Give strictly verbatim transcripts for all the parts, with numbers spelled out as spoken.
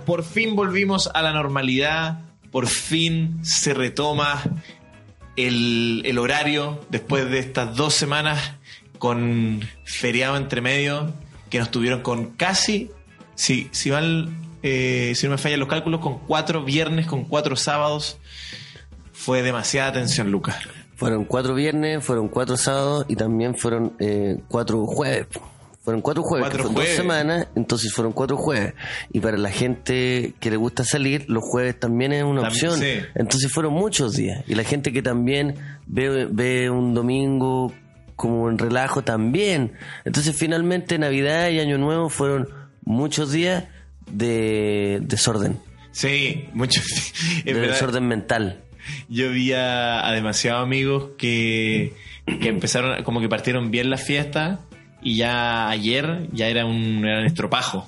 por fin volvimos a la normalidad, por fin se retoma el, el horario después de estas dos semanas con feriado entre medio que nos tuvieron con casi, si, si, van, eh, si no me fallan los cálculos, con cuatro viernes, con cuatro sábados. Fue demasiada tensión, Lucas. Fueron cuatro viernes, fueron cuatro sábados y también fueron eh, cuatro jueves. Fueron cuatro jueves, cuatro que fueron jueves. dos semanas, entonces fueron cuatro jueves. Y para la gente que le gusta salir, los jueves también es una También, opción. sí. Entonces fueron muchos días. Y la gente que también ve, ve un domingo como en relajo también. Entonces finalmente Navidad y Año Nuevo fueron muchos días de desorden. Sí, mucho. De desorden mental. Yo vi a, a demasiados amigos que, que empezaron, como que partieron bien la fiesta y ya ayer ya era un, era un estropajo.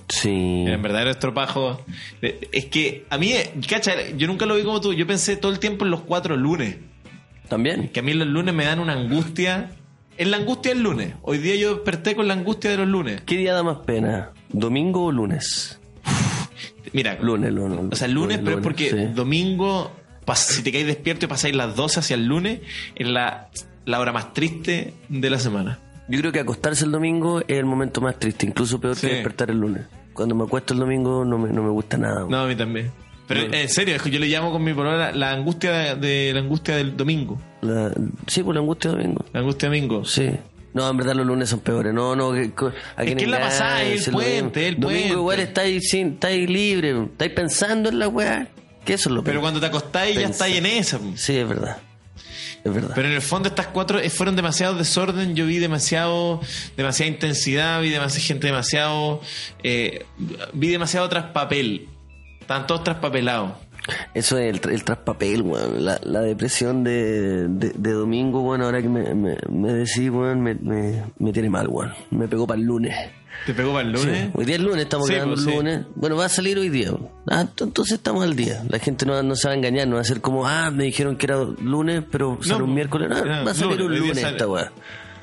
Sí. Era un verdadero estropajo. Es que a mí, cacha, yo nunca lo vi como tú. Yo pensé todo el tiempo en los cuatro lunes. ¿También? Que a mí los lunes me dan una angustia. Es la angustia del lunes. Hoy día yo desperté con la angustia de los lunes. ¿Qué día da más pena? ¿Domingo o lunes? Mira, Lunes, lunes. o sea, lunes, pero es porque sí. Domingo, pas- si te caes despierto y pasáis las doce hacia el lunes, es la, la hora más triste de la semana. Yo creo que acostarse el domingo es el momento más triste, incluso peor Sí. que despertar el lunes. Cuando me acuesto el domingo no me, no me gusta nada. No, a mí también. Pero No. en serio, es que yo le llamo con mi palabra la angustia de, de la angustia del domingo. La- sí, por la angustia del domingo. La angustia domingo. Sí. No, en verdad los lunes son peores. No, no. Que, que, a Es quien que es la engañe, pasada, el el puente, domingo. el Domingo puente. igual estáis, sin, estáis libre, estáis pensando en la weá. Que eso es lo Pero peor. cuando te acostáis ya Pensa. estáis en esa. Sí, es verdad. Es verdad. Pero en el fondo estas cuatro eh, fueron demasiado desorden. Yo vi demasiado, demasiada intensidad, vi demasiada gente demasiado, eh, vi demasiado traspapel. Estaban todos traspapelados. Eso es el, tra- el traspapel, weón. La, la depresión de, de, de domingo, bueno, ahora que me, me, me decís, weón, me, me, me tiene mal, weón. Me pegó para el lunes. ¿Te pegó para el lunes? Sí. Hoy día es lunes, estamos Sí, grabando pues, el sí. lunes. Bueno, va a salir hoy día. Ah, t- entonces estamos al día. La gente no, no se va a engañar, no va a ser como, ah, me dijeron que era lunes, pero sale No, un miércoles. No, no, va a salir lunes, un hoy día lunes sale. esta weá.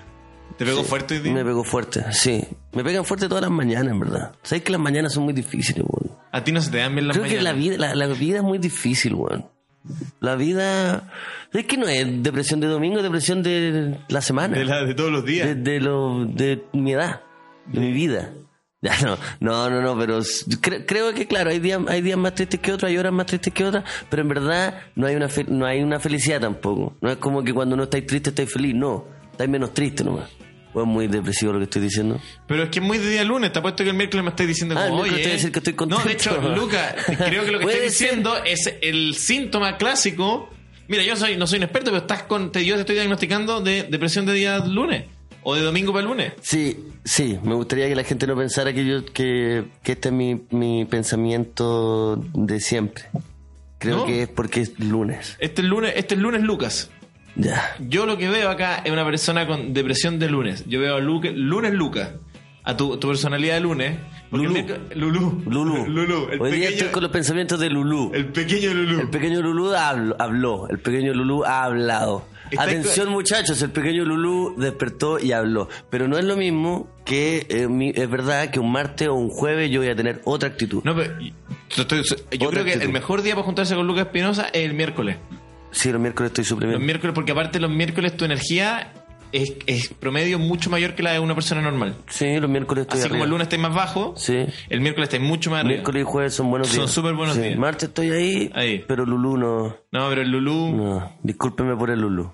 ¿Te pegó Sí, fuerte hoy día? Me pegó fuerte, sí. Me pegan fuerte todas las mañanas, en verdad. Sabes que las mañanas son muy difíciles, weón. A ti no se te dan bien las Creo que la mañanas. vida, la, la vida es muy difícil, weón. La vida... Es que no es depresión de domingo, es depresión de la semana. De, la, de todos los días. de, de lo, de mi edad, de mi vida. Ya, no, no, no, no, pero s- cre- creo que claro, hay días, hay días más tristes que otros, hay horas más tristes que otras, pero en verdad no hay una fe- no hay una felicidad tampoco. No es como que cuando no estáis triste estáis feliz, no, estáis menos triste nomás. O es muy depresivo lo que estoy diciendo. Pero es que es muy de día lunes. Te apuesto que el miércoles me estáis diciendo Ah, el como, miércoles oye... te voy a decir que estoy contento. No, de hecho, Luca, creo que lo que Puede estoy ser. diciendo es el síntoma clásico. Mira, yo soy no soy un experto, pero estás con, te, yo te estoy diagnosticando de depresión de día lunes. O de domingo para el lunes. Sí, sí, me gustaría que la gente no pensara que yo que, que este es mi, mi pensamiento de siempre. Creo ¿No? que es porque es lunes. Este es lunes, este es lunes Lucas. Ya. Yo lo que veo acá es una persona con depresión de lunes. Yo veo a Luque- lunes Lucas. A tu, tu personalidad de lunes. Porque Lulú. el miércoles- Lulú. Lulú. Lulú. El Hoy día pequeño, estoy con los pensamientos de Lulú. el pequeño Lulú. El pequeño Lulú habló, habló. El pequeño Lulú ha hablado. Está Atención, con- muchachos, el pequeño Lulú despertó y habló. Pero no es lo mismo que eh, mi- es verdad que un martes o un jueves yo voy a tener otra actitud. No, pero yo, estoy- yo Otra creo que actitud. el mejor día para juntarse con Lucas Espinosa es el miércoles. Sí, los miércoles estoy súper Los bien. miércoles, porque aparte los miércoles tu energía es, es promedio mucho mayor que la de una persona normal. Sí, los miércoles estoy Así como arriba. el lunes estáis más bajo, Sí. el miércoles estáis mucho más arriba. Miércoles y jueves son buenos Son días. súper buenos Sí. días. Martes estoy ahí, Ahí. pero Lulú no. No, pero el Lulú... No, discúlpeme por el Lulú.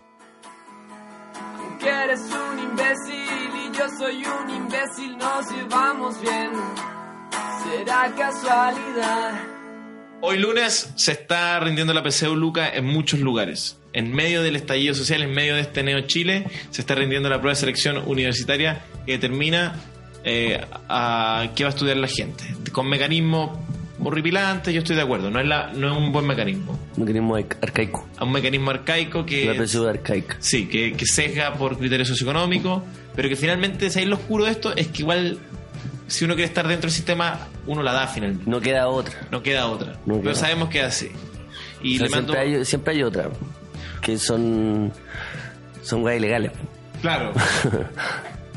Que eres un imbécil y yo soy un imbécil, nos llevamos bien. ¿Será casualidad? Hoy lunes se está rindiendo la P C U Luca en muchos lugares. En medio del estallido social, en medio de este Neo Chile, se está rindiendo la prueba de selección universitaria que determina eh, a qué va a estudiar la gente. Con mecanismos horripilantes, yo estoy de acuerdo. No es, la, no es un buen mecanismo. Mecanismo arca- arcaico. Es un mecanismo arcaico que... La P S U arcaica. Sí, que, que sesga por criterios socioeconómicos, pero que finalmente, ¿sabes lo oscuro de esto? Es que igual, si uno quiere estar dentro del sistema, uno la da finalmente. No queda otra. No queda otra. No pero queda. sabemos que es así. Y O sea, le mando... siempre, hay, siempre hay otra. Que son. Son weas ilegales. Claro.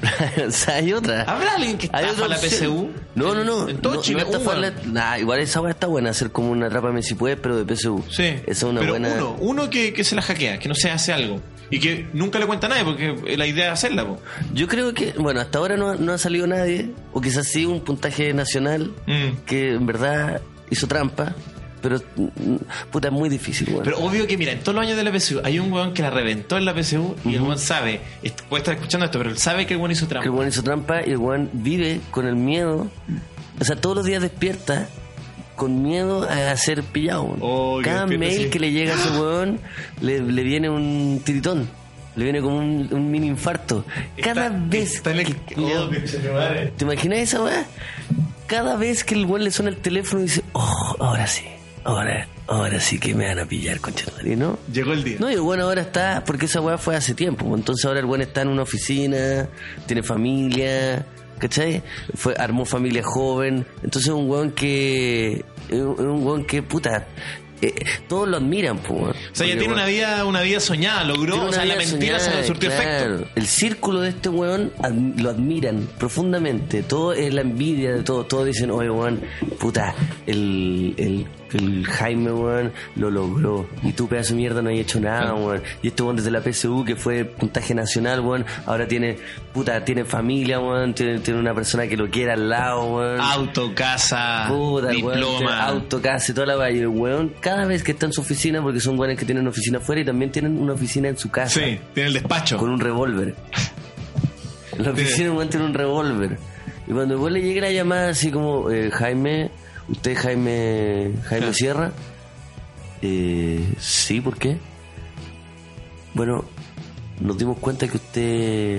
O sea, hay otra. ¿Habrá alguien que Hay estafa otra la P C U? No, no, no. En todo no, Chile, no estafar uno. la- nah, igual esa weá está buena, hacer como una Atrápame si puedes, pero de P S U. Sí. Esa es una pero buena. uno, uno que, que se la hackea, que no se hace algo. Y que nunca le cuenta a nadie, porque la idea es hacerla, po. Yo creo que, bueno, hasta ahora no, no ha salido nadie, o quizás sí un puntaje nacional Mm. que en verdad hizo trampa, pero mm, puta, es muy difícil, weón. Pero obvio que, mira, en todos los años de la P C U hay un weón que la reventó en la P C U y el weón sabe, est- puede estar escuchando esto, pero él sabe que el weón hizo Que trampa. el weón hizo trampa y el weón vive con el miedo. O sea, todos los días despierta con miedo a ser pillado, weón. Oh, que Cada despierta mail así. que le llega a ese weón le, le viene un tiritón. Le viene como un, un mini infarto. Cada Está- vez está en el- que- Oh, que se me madre. ¿Te imaginas esa weá? Cada vez que el weón le suena el teléfono y dice, oh, ahora sí, ahora, ahora sí que me van a pillar, conchetumare, ¿no? Llegó el día. No, y el weón ahora está, porque esa weá fue hace tiempo, pues, entonces ahora el weón está en una oficina, tiene familia, ¿cachai? Fue, armó familia joven, entonces es un weón que, es un es un weón que, puta, eh, todos lo admiran, pues, weón. O sea, ya Porque, tiene weón, una vida, una vida soñada, logró, tiene o una sea, la vida mentira se soñada, le surtió claro. efecto. El círculo de este weón ad- lo admiran profundamente. Todo es la envidia de todo. Todos dicen, oye, weón, puta, el, el, el Jaime, weón, lo logró. Y tú, pedazo de mierda, no hay hecho nada, weón. Y este weón desde la P S U, que fue puntaje nacional, weón, ahora tiene, puta, tiene familia, weón, tiene, tiene una persona que lo quiere al lado, weón. Auto, casa, Puta, el weón, diploma. tiene auto, casa y toda la valle. El weón, cada vez que está en su oficina, porque son weones que tienen oficina afuera y también tienen una oficina en su casa. Sí, tiene el despacho. Con un revólver. En la oficina el weón tiene un revólver. Y cuando el weón le llegue la llamada así como, eh, Jaime, ¿usted es Jaime, Jaime Ah. Sierra? Eh, sí, ¿por qué? Bueno, nos dimos cuenta que usted...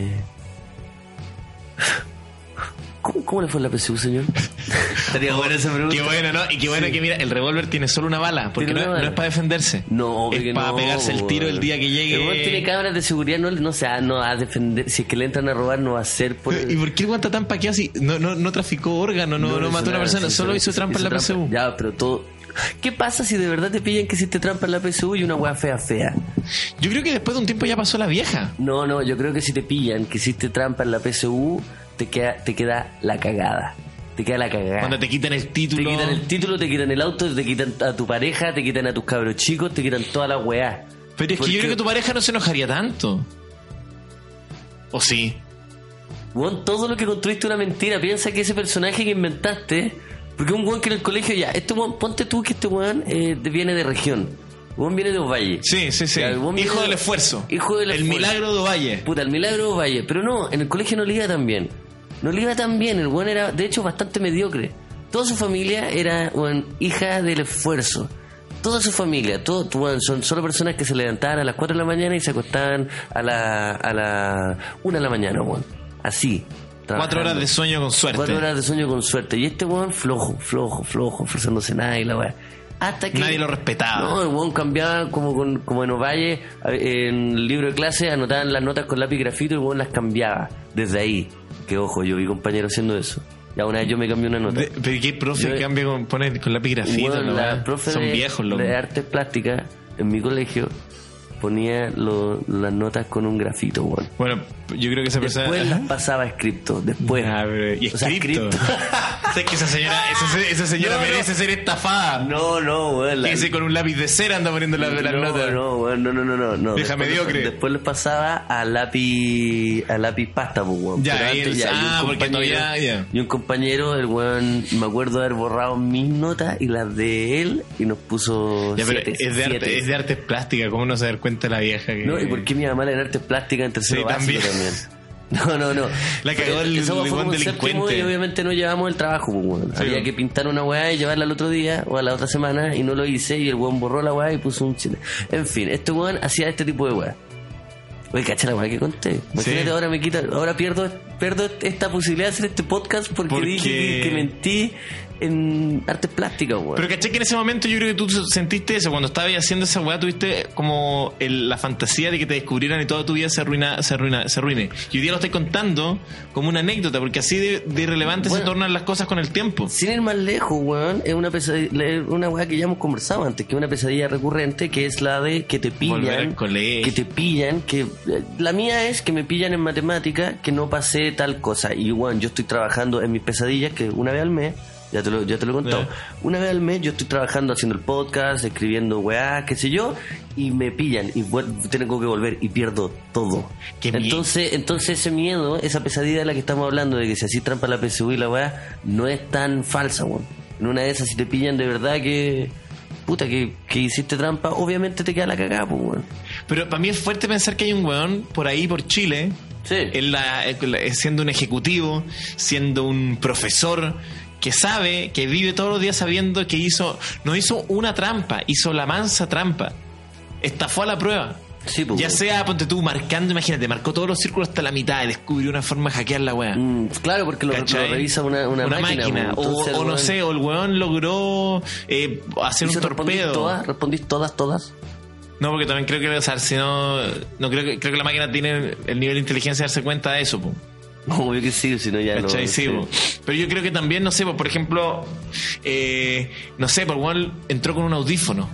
¿Cómo, cómo le fue en la P S U, señor? Estaría buena esa pregunta. Qué bueno, ¿no? Y qué bueno que, mira, el revólver tiene solo una bala, porque Tiene no, una no bala. es para defenderse. No, obvio es que para no, pegarse el tiro weón. el día que llegue. El weón tiene cámaras de seguridad, no, no, se va- no va a defender. Si es que le entran a robar, no va a ser por. ¿Y por qué el weón está tan paqueado así? No, no, no traficó órganos, no, no, hizo mató a una nada, persona, sí, solo hizo trampa en la P S U. Ya, pero todo. ¿Qué pasa si de verdad te pillan que hiciste trampa en la P S U y una weá fea, fea? Yo creo que después de un tiempo ya pasó la vieja. No, no, yo creo que si te pillan que hiciste trampa en la P S U, te queda, te queda la cagada. Te queda la cagada. Cuando te quitan el título. Te quitan el título, te quitan el auto, te quitan a tu pareja, te quitan a tus cabros chicos, te quitan toda la weá. Pero es que Porque- yo creo que tu pareja no se enojaría tanto. ¿O sí? Weón, todo lo que construiste es una mentira. Piensa que ese personaje que inventaste, porque un weón que en el colegio ya, este weón, ponte tú que este weón eh, viene de región. Weón viene de Ovalle. Sí, sí, sí. Ya, el weón Hijo viene- del esfuerzo. Hijo del El esfuerzo. milagro de Ovalle. Puta, el milagro de Ovalle. Pero no, en el colegio no le iba tan bien. No le iba tan bien. El weón era, de hecho, bastante mediocre. Toda su familia era, weón, hija del esfuerzo. Toda su familia, todo, weón, son solo personas que se levantaban a las cuatro de la mañana y se acostaban a la, a la una de la mañana, weón. Así. Cuatro trabajando. horas de sueño con suerte. Cuatro horas de sueño con suerte. Y este weón flojo, flojo, flojo, esforzándose nada y la weá. Hasta que. Nadie lo respetaba. No, el weón cambiaba como, con, como en Ovalle, en el libro de clase, anotaban las notas con lápiz grafito y el weón las cambiaba. Desde ahí. Que ojo, yo vi compañeros haciendo eso. Ya una vez yo me cambié una nota. De- ¿Pero qué profe Yo- cambia con, pone con lápiz grafito? Weón, la la weá? profe Son de, viejos, loco. de artes plásticas en mi colegio ponía lo- las notas con un grafito, weón. Bueno, yo creo que esa persona. Después Ajá. las pasaba a escrito. Después. Ah, pero- y O sea, escrito. escrito. O sea, es que esa señora, esa, esa señora No, no. merece ser estafada. No, no, weón. la- Que ese con un lápiz de cera anda poniendo las, las no, notas. No, weón, no, no, no, no, no. Vieja Después- mediocre. Después les pasaba a lápiz, a lápiz pasta, pues, weón. Ya, Pero ahí antes el- ya, y un ah, porque compañero- todavía- ya. Y un compañero, el weón, me acuerdo de haber borrado mis notas y las de él y nos puso Ya, pero siete, es, de arte, siete. es de artes plásticas, ¿cómo no se da cuenta la vieja? Que... No, ¿y por qué mi mamá en artes plásticas en tercero Sí, básico también. también? No, no, no. La cagó el- Esa weá el fue buen como séptimo delincuente. y obviamente no llevamos el trabajo, pues, weón. Sí, Había weón. que pintar una weá y llevarla al otro día o a la otra semana y no lo hice y el weón borró la weá y puso un chile. En fin, este weón hacía este tipo de weá. Oye, cacha la weá que conté. Imagínate, Sí. ahora me quita, ahora pierdo, pierdo esta posibilidad de hacer este podcast porque, Porque- dije que, que mentí en artes plásticas, weón. Pero caché que en ese momento yo creo que tú sentiste eso. Cuando estabas haciendo esa weá, tuviste como el, la fantasía de que te descubrieran y toda tu vida se arruina, se arruina, se arruine. Y hoy día lo estoy contando como una anécdota, porque así de, de irrelevante Bueno, se tornan las cosas con el tiempo. Sin ir más lejos, weón, es una pesadilla, es una weá que ya hemos conversado antes, que es una pesadilla recurrente, que es la de que te Volver pillan, al colegio. que te pillan, que la mía es que me pillan en matemática, que no pasé tal cosa. Y weón, yo estoy trabajando en mis pesadillas, que una vez al mes, ya te lo, ya te lo he contado, Yeah. una vez al mes yo estoy trabajando haciendo el podcast, escribiendo weá, qué sé yo, y me pillan y vuel- tengo que volver y pierdo todo. Qué miedo. Entonces, entonces ese miedo, esa pesadilla de la que estamos hablando, de que si así trampa la P S U y la weá, no es tan falsa, weón. En una de esas, si te pillan de verdad que, puta, que, que hiciste trampa, obviamente te queda la cagada, pues, weón. Pero para mí es fuerte pensar que hay un weón por ahí, por Chile, Sí. en la, en la- siendo un ejecutivo, siendo un profesor, que sabe, que vive todos los días sabiendo que hizo, no hizo una trampa, hizo la mansa trampa. Estafó a la prueba. Sí, pues, Ya weón. sea, ponte tú, marcando, imagínate, marcó todos los círculos hasta la mitad y descubrió una forma de hackear la weá. Mm, claro, porque lo, lo ¿Cachai? revisa una, una, máquina. pues, O, entonces, o no weón, sé, o el weón logró eh, hacer ¿y un si respondís torpedo. Todas, respondís todas, todas. No, porque también creo que, o sea, si no, no creo que, creo que la máquina tiene el nivel de inteligencia de darse cuenta de eso, po. Obvio que sí, si no ya no. ¿Cachai? Sí, po. Pero yo creo que también, no sé, po, por ejemplo, eh, no sé, por el weón entró con un audífono.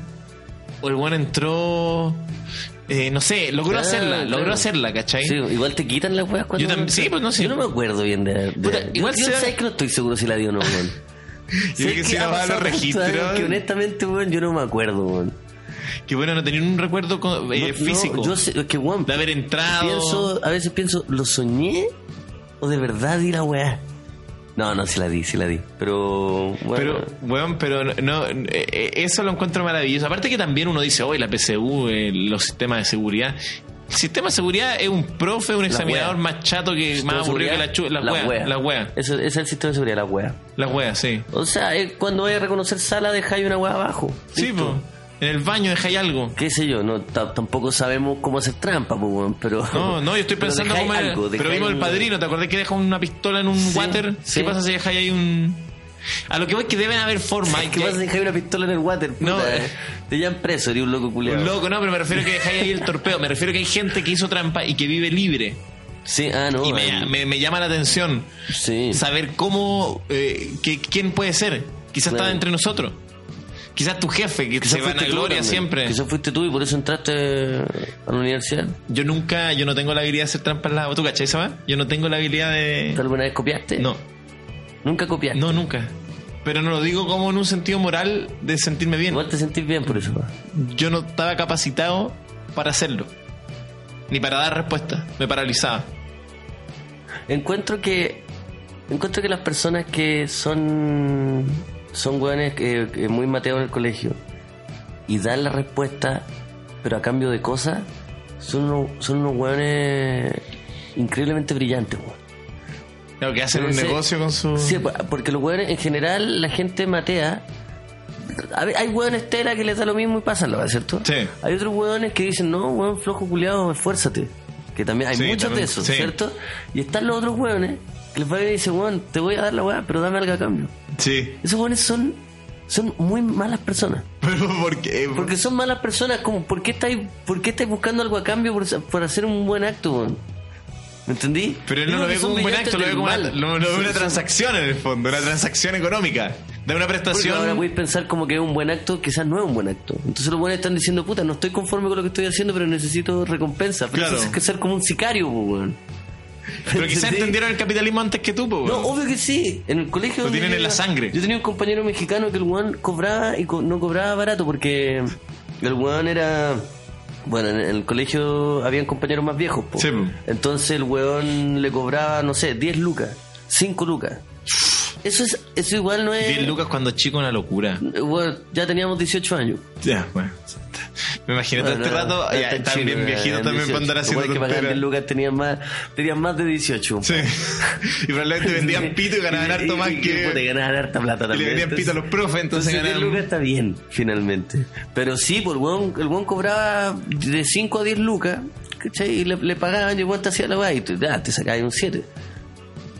O el weón entró, eh, no sé, logró Ah, hacerla, claro. logró hacerla, ¿cachai? Sí, igual te quitan las weas cuando. Yo también- sí, pues, no sé. Yo no me acuerdo bien de. de- Puta, yo- igual yo, sea- sabes que no estoy seguro si la dio o no, weón. Yo creo que si ha no va a los pasado tantos registros. años que honestamente, weón, yo no me acuerdo, weón. Que bueno, no tenía un recuerdo co- eh, No, no, físico yo sé, es que, weón, de haber entrado. pienso, a veces pienso, ¿lo soñé? ¿O de verdad di la weá? No, no, sí la di, sí la di. Pero, bueno. Pero, weón, pero no, no, eh, eso lo encuentro maravilloso. Aparte que también uno dice, hoy la P S U, eh, los sistemas de seguridad. El sistema de seguridad es un profe, un examinador wea. más chato, que Sistema más de aburrido que seguridad, la chu, las la weas. wea. Las weas. Eso, ese es el sistema de seguridad, la weá. Las weas, sí. O sea, es cuando vayas a reconocer sala, dejáis una weá abajo. Sí, Listo. pues. En el baño dejáis algo. Qué sé yo, no t- tampoco sabemos cómo hacer trampa, pues, weón, pero... No, no, yo estoy pero pensando dejáis cómo era- algo, Pero dejáis vimos el un- padrino, ¿te acordás que deja una pistola en un Sí, water? sí. ¿Qué pasa si dejáis ahí un...? A lo que voy es que deben haber formas. ¿Qué pasa si dejáis una pistola en el water? Puta, No, eh. eh. Te llaman preso, eres un loco culiado. Un loco, no, pero me refiero a que dejáis ahí el torpeo. Me refiero a que hay gente que hizo trampa y que vive libre. Sí, ah, no. Y me, eh, me, me llama la atención Sí. saber cómo, eh, que, quién puede ser. Quizás Claro. está entre nosotros. Quizás tu jefe, que Quizás se van fuiste a tú gloria también. siempre. Quizás fuiste tú y por eso entraste a la universidad. Yo nunca, yo no tengo la habilidad de hacer trampa en la... ¿Tú cachai, sabes? Yo no tengo la habilidad de... ¿Tú alguna vez copiaste? No, Nunca copiaste. no, nunca. Pero no lo digo como en un sentido moral de sentirme bien. Igual te sentís bien por eso. Yo no estaba capacitado para hacerlo. Ni para dar respuesta. Me paralizaba. Encuentro que encuentro que las personas que son son hueones que, que muy mateados en el colegio y dan la respuesta pero a cambio de cosas son unos, son unos hueones increíblemente brillantes, weón. Claro, que hacen un Ese- negocio con su... Sí, porque los hueones en general la gente matea. A ver, hay hueones tela que les da lo mismo y pasan, ¿lo ¿cierto? Sí. Hay otros hueones que dicen, no, hueón flojo culiado, esfuérzate. Que también hay Sí, muchos también, de esos, sí. ¿cierto? Y están los otros hueones que les va a venir y dicen, hueón, te voy a dar la hueá, pero dame algo a cambio. Sí. Esos hueones son, son muy malas personas. Pero ¿por qué? Porque son malas personas, como, ¿por qué estáis, por qué estáis buscando algo a cambio por, por hacer un buen acto, hueón? ¿Me entendí? Pero él no Digo lo que ve son como un buen brillantes acto, lo ve del como una, mal. lo- lo ve Son- una son- transacción en el fondo, una transacción económica. De una Porque prestación. ahora voy a pensar como que es un buen acto, quizás no es un buen acto. Entonces los buenos están diciendo, puta, no estoy conforme con lo que estoy haciendo, pero necesito recompensa. Pero Claro. eso es que ser como un sicario, po, weón. Pero quizás ¿Entendí? entendieron el capitalismo antes que tú, po, No, weón. obvio que sí. En el colegio... Lo donde tienen yo en la iba- sangre. Yo tenía un compañero mexicano que el weón cobraba y co- no cobraba barato porque el weón era... Bueno, en el colegio habían compañeros más viejos, po. Sí, po. Entonces el weón le cobraba, no sé, diez lucas, cinco lucas. Eso es eso igual no es... diez lucas cuando chico, una locura. Bueno, ya teníamos dieciocho años. Ya, bueno. Me imagino todo Bueno, este rato, no, ya tan están chino, bien eh, viejitos también dieciocho. para andar haciendo Los que pagaban tonteras. diez lucas tenían más, tenían más de dieciocho. Sí. Y probablemente vendían pito y ganaban harto más Y- que... y- Te ganaban harta plata Y también. le vendían pito a los profes, entonces diez ganaban... lucas está bien, finalmente. Pero sí, por el weón, el weón cobraba de cinco a diez lucas, ¿cachai? Y le, le pagaban y el weón te hacía la weá y tú, ya, te sacabas un siete.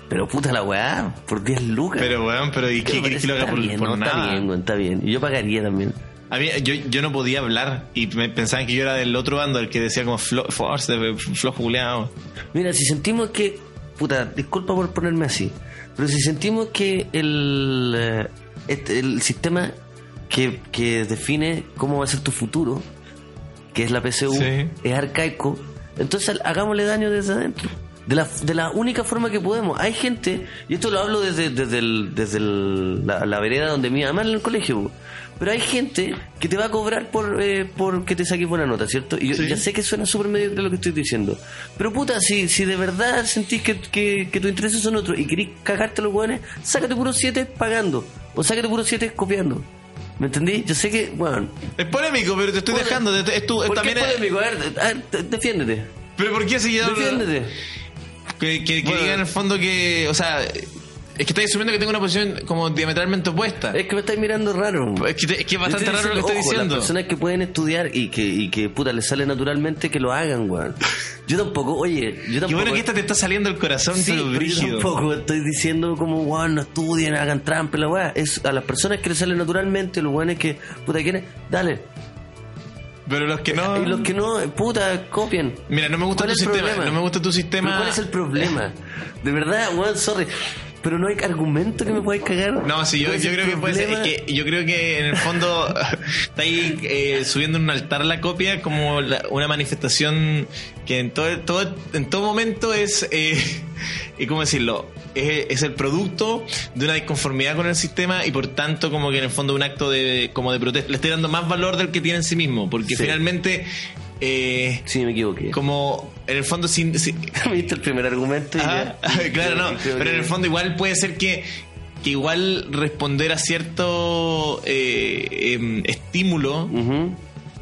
Pero puta la weá, por diez lucas. Pero weón, pero ¿y qué querés que lo haga Está por, bien, por no, nada? Está bien, weón, está bien. Y yo pagaría también. A mí, yo, yo no podía hablar y me pensaban que yo era del otro bando, el que decía como flo, force, flojo culeado. Mira, si sentimos que... Puta, disculpa por ponerme así. Pero si sentimos que el, eh, este, el sistema que, que define cómo va a ser tu futuro, que es la P C U, Sí. es arcaico, entonces hagámosle daño desde adentro. De la, de la única forma que podemos. Hay gente, y esto lo hablo desde, desde, el, desde el, la, la vereda donde mi mamá en el colegio, pero hay gente que te va a cobrar por, eh, por que te saques buena nota, ¿cierto? Y yo Sí. ya sé que suena súper mediocre lo que estoy diciendo, pero puta, si, si de verdad sentís que, que, que tus intereses son otros y querís cagarte los hueones, sácate puros siete pagando, o sácate puros siete copiando. ¿Me entendí? Yo sé que, bueno... Es polémico, pero te estoy Bueno, dejando. Es tu, es ¿Por también qué es- polémico? A ver, a ver, te- defiéndete. Pero ¿por qué seguir Defiéndete. Que, que, que Bueno. diga en el fondo que, o sea, es que estáis asumiendo que tengo una posición como diametralmente opuesta. Es que me estáis mirando raro. Es que, te- es que es bastante Yo raro lo que ojo, estoy diciendo. Las personas que pueden estudiar y que, y que puta, les sale naturalmente, que lo hagan, weón. Yo tampoco, oye, yo tampoco. Qué bueno que esta te está saliendo el corazón, Sí, pero pero yo brígido. tampoco estoy diciendo como, weón, no estudien, hagan trampa, la weá. Es a las personas que les sale naturalmente, los weones que, puta, quieren, dale. Pero los que no. Y los que no, puta, copien. Mira, no me gusta ¿Cuál tu es el sistema. problema? No me gusta tu sistema. ¿Pero ¿Cuál es el problema? De verdad, weón, sorry. Pero no hay argumento que me podáis cagar. No, sí, yo, ¿Cuál es yo el creo que puede ser. problema? Es que yo creo que en el fondo estáis eh, subiendo en un altar la copia como la- una manifestación que en todo, todo en todo momento es, eh, y cómo decirlo, es, es el producto de una disconformidad con el sistema y por tanto como que en el fondo un acto de como de protesta. Le estoy dando más valor del que tiene en sí mismo, porque Sí. finalmente eh, Sí, me equivoqué. como en el fondo sin, sin- Viste el primer argumento y Ajá, ya. claro, no, Creo pero en que- el fondo igual puede ser que, que igual responder a cierto eh, em, estímulo Ujú.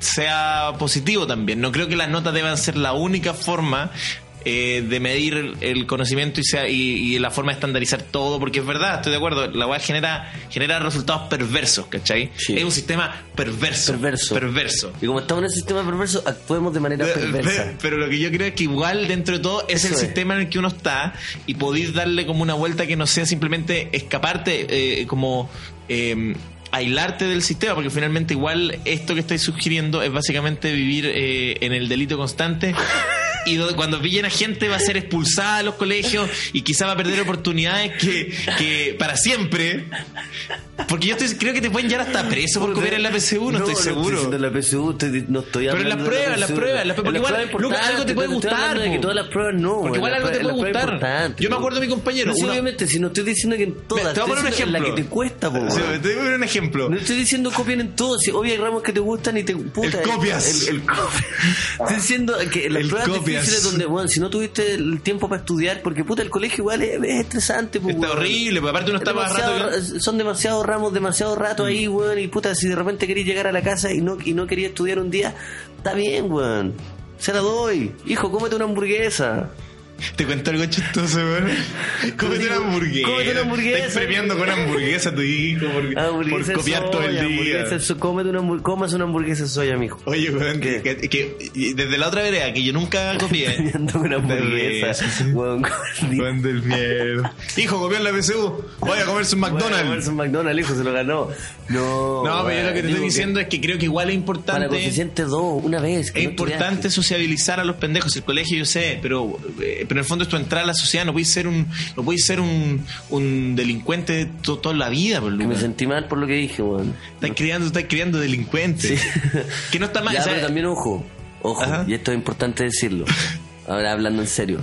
sea positivo también. No creo que las notas deban ser la única forma eh, de medir el, el conocimiento y sea y, y la forma de estandarizar todo, porque es verdad, estoy de acuerdo, la web genera genera resultados perversos, ¿cachai? Sí. Es un sistema perverso. Perverso. Perverso. Y como estamos en ese sistema perverso, actuemos de manera Pe- perversa. pe- Pero lo que yo creo es que igual dentro de todo es Eso el es. sistema en el que uno está y podéis darle como una vuelta que no sea simplemente escaparte, eh, como eh, aislarte del sistema, porque finalmente igual esto que estáis sugiriendo es básicamente vivir eh, en el delito constante. Y donde- cuando pillen a gente va a ser expulsada de los colegios y quizá va a perder oportunidades que, que para siempre. Porque yo estoy, creo que te pueden llevar hasta preso por copiar en la P C U, no, estoy seguro. En la P C U estoy- no estoy Pero en hablando las de la pruebas, las P C U. pruebas, las pruebas, porque En igual, pruebas Lucas, algo te importantes, puede estoy gustar, hablando de que po. todas las pruebas no. Porque en igual las algo te pruebas- puede en las pruebas gustar. importantes, Yo me po. acuerdo de mi compañero, No, sí, uno- obviamente, si no estoy diciendo que en todas. te voy a poner un estoy diciendo en ejemplo. la que te cuesta, po. Sí, weón. te voy a poner un ejemplo. No estoy diciendo copien en todo. Si obvio hay ramos que te gustan y te puta. El copias. El, el copias. Estoy diciendo que en las El pruebas copias. difíciles donde, bueno, si no tuviste el tiempo para estudiar, porque puta, el colegio igual es, es estresante, pues, Está horrible, porque aparte uno está más rato Demasiado- que- Son demasiados ramos, demasiado rato ahí, weón. Y puta, si de repente querés llegar a la casa y no, y no querías estudiar un día, está bien, weón. Se la doy. Hijo, cómete una hamburguesa. Te cuento algo chistoso, weón. Cómete una hamburguesa. Cómete una hamburguesa. Estás premiando con hamburguesa a tu hijo por, Hamburguesa por copiar de todo el soya, día. hamburguesa de so- cómete una hamburguesa, comas una hamburguesa de soya, mijo. Oye, weón, ¿Qué? que, que- que- y desde la otra vereda, que yo nunca copié. Comiendo una hamburguesa, weón. con- Juan del miedo. Hijo, copió en la P C U. Voy a comerse un Bueno, McDonald's. un McDonald's, hijo, se lo ganó. No, No, pero yo lo que te digo estoy diciendo es que creo que igual es Para importante. coeficiente dos, una vez. que Es no importante estudiaste. sociabilizar a los pendejos. El colegio yo sé, pero, eh, pero en el fondo es tu entrada a la sociedad. No puedes ser un, no puedes ser un, un delincuente to- toda la vida, por Que me Lucas. sentí mal por lo que dije, weón. Estás criando, estás criando delincuentes. Sí. Que no está mal. Ya, o sea, pero también ojo, ojo, Ajá. y esto es importante decirlo. Ahora hablando en serio.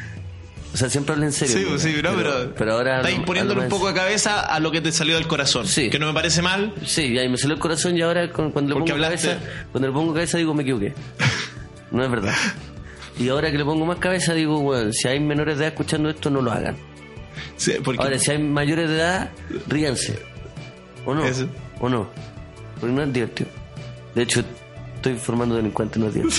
O sea, siempre hablo en serio. Sí, weón, sí, bro, pero, pero ahora estáis hablo- poniéndole un hablo poco de cabeza a lo que te salió del corazón. Sí. Que no me parece mal. más- Sí, y ahí me salió el corazón y ahora con- cuando le Porque pongo hablaste- cabeza, cuando le pongo cabeza digo me equivoqué. No es verdad. Y ahora que le pongo más cabeza digo, weón, si hay menores de edad escuchando esto, no lo hagan. Sí, porque Ahora, si hay mayores de edad, ríanse. ¿O no? Eso. ¿O no? Porque no es divertido. De hecho, estoy formando delincuentes, no es divertido.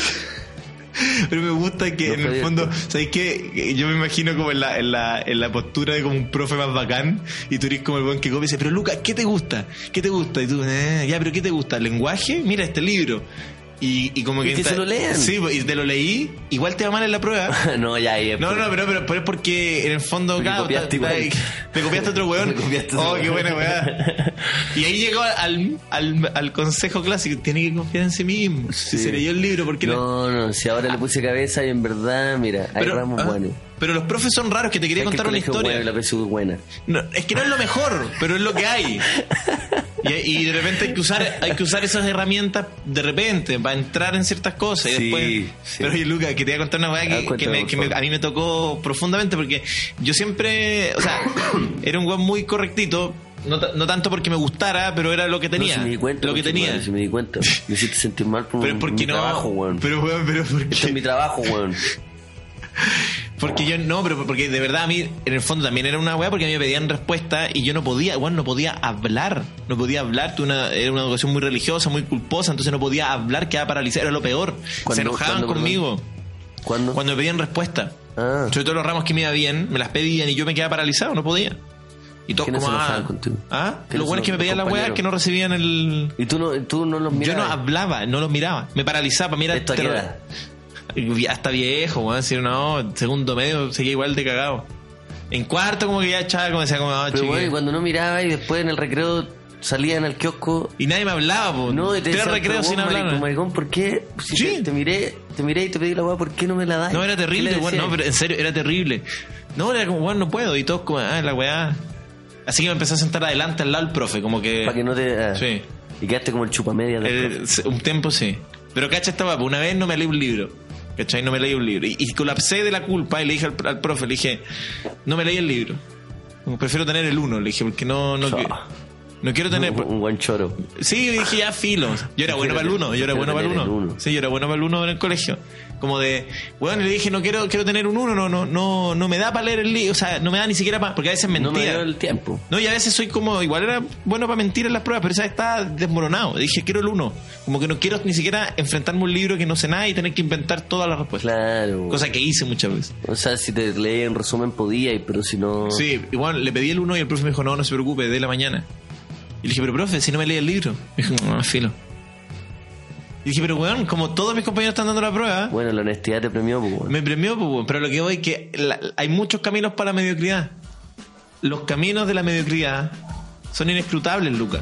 Pero me gusta que No en fue el fondo, divertido. ¿sabes qué? Yo me imagino como en la, en la, en la postura de como un profe más bacán y tú eres como el buen que copia y dice, pero Lucas, ¿qué te gusta? ¿Qué te gusta? Y tú, eh, ya, pero ¿qué te gusta? ¿Lenguaje? Mira este libro. Y, y como que... Y que enta- se lo lean. Sí, y te lo leí, igual te va mal en la prueba. No, ya ahí es No, por- no, pero, pero, pero es porque en el fondo, Porque claro, copiaste ta- ta- igual. te copiaste otro weón. Me copiaste otro Oh, qué weón. buena weá. Y ahí llegó al, al, al consejo clásico, tiene que confiar en sí mismo. Si Sí. se leyó el libro, ¿por qué no? No, no, si ahora le puse cabeza y en verdad, mira, hay ramos ah, buenos. pero los profes son raros, que te quería Es que contar el una colegio es historia. bueno y la P S U es buena. No, es que no es lo mejor, pero es lo que hay. Y, y de repente hay que usar hay que usar esas herramientas de repente para entrar en ciertas cosas. Y Sí, después, sí. Pero oye, Luca, que te voy a contar una weá Ah, que, cuéntame, que, me- por que me- favor. a mí me tocó profundamente porque yo siempre, o sea, era un weón muy correctito. No, ta- no tanto porque me gustara, pero era lo que tenía. No, si me di cuenta, lo que concha tenía. madre, si me di cuenta. Me hiciste sentir mal por Pero mi porque no. trabajo, weón. Pero weón, pero porque. Este es mi trabajo, weón. Porque yo no, pero porque de verdad a mí, en el fondo también era una weá porque a mí me pedían respuesta y yo no podía, bueno, no podía hablar. No podía hablar, tuve una, era una educación muy religiosa, muy culposa, entonces no podía hablar, quedaba paralizado, era lo peor. Se ¿Cuándo- enojaban cuándo, perdón? conmigo ¿Cuándo? cuando me pedían respuesta. Ah, Sobre todo los ramos que me iba bien, me las pedían y yo me quedaba paralizado, no podía. Y todos ¿Qué no como, se enojaban ah, contigo? ¿ah? ¿Qué Lo no bueno es se- que me los pedían las weas compañeros? que no recibían el... y tú no, tú no los Yo mirabas. no hablaba, no los miraba, me paralizaba, mira, ¿Esto a qué edad? hasta viejo, weón, decir, no, segundo medio seguía igual de cagado. En cuarto como que ya echaba, como decía, como, ah, Pero chique. bueno, y cuando no miraba y después en el recreo salían al kiosco. Y nadie me hablaba, po. No, y te Tres decían, recreos pero sin vos, hablar. maricón, maricón, ¿por qué? Si Sí. te, te miré, te miré y te pedí la weá, ¿por qué no me la das? No, era terrible, ¿Qué le weón, decías? no, pero en serio, era terrible. No, era como, weón, no puedo. Y todos como, ah, la weá. Así que me empecé a sentar adelante al lado del profe, como que... Para que no te... ah. Sí. Y quedaste como el chupamedia del Eh, un tiempo sí. Pero cacha esta weá, una vez no me leí un libro. ¿Cachai? No me leí un libro. Y, y colapsé de la culpa y le dije al, al profe, le dije, no me leí el libro. Como prefiero tener el uno, le dije, porque no... no, Oh. que- no quiero tener... un, un buen choro. Sí, dije ya filo. Yo era bueno para el uno, yo era Quiero bueno para el tener el uno. uno. Sí, yo era bueno para el uno en el colegio. Como de, bueno, le dije, no quiero quiero tener un uno, no no no no me da para leer el libro, o sea, no me da ni siquiera para, porque a veces No me mentira. dio el tiempo. No, y a veces soy como, igual era bueno para mentir en las pruebas, pero esa vez estaba desmoronado. Dije, quiero el uno. Como que no quiero ni siquiera enfrentarme a un libro que no sé nada y tener que inventar todas las respuestas. Claro. Cosa que hice muchas veces. O sea, si te leí en resumen podía, y- pero si no... Sí, igual le pedí el uno y el profe me dijo, no, no se preocupe, de la mañana. Y le dije, pero profe, si no me lee el libro. Me dijo, no, filo. Y dije, pero weón, como todos mis compañeros están dando la prueba, Bueno, la honestidad te premió, pues, weón. me premió, pues, weón. Pero lo que voy es que la- hay muchos caminos para la mediocridad. Los caminos de la mediocridad son inescrutables, Lucas.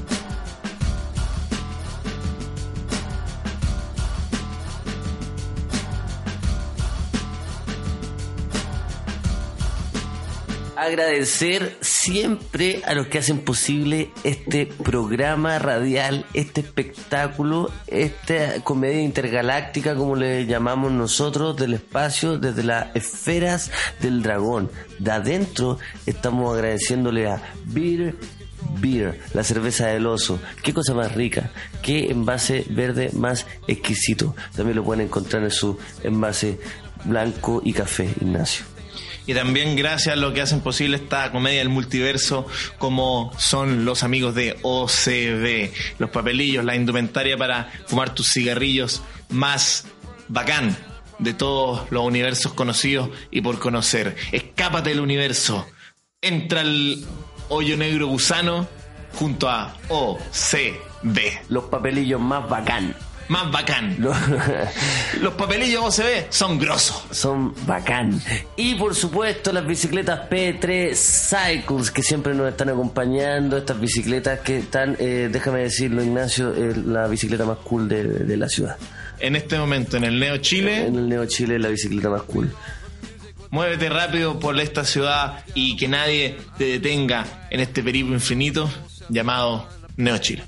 Agradecer siempre a los que hacen posible este programa radial, este espectáculo, esta comedia intergaláctica, como le llamamos nosotros, del espacio, desde las esferas del dragón. De adentro estamos agradeciéndole a Beer Beer, la cerveza del oso. Qué cosa más rica, qué envase verde más exquisito. También lo pueden encontrar en su envase blanco y café, Ignacio. Y también gracias a lo que hacen posible esta comedia del multiverso, como son los amigos de O C B, los papelillos, la indumentaria para fumar tus cigarrillos más bacán de todos los universos conocidos y por conocer. Escápate del universo, entra al hoyo negro gusano junto a O C B. Los papelillos más bacán. Más bacán. Los- Los papelillos O C B son grosos. son bacán. Y por supuesto las bicicletas P tres Cycles, que siempre nos están acompañando. Estas bicicletas que están, eh, déjame decirlo, Ignacio, eh, la bicicleta más cool de, de la ciudad. En este momento en el Neo Chile, En el Neo Chile es la bicicleta más cool. muévete rápido por esta ciudad y que nadie te detenga en este periplo infinito llamado Neo Chile.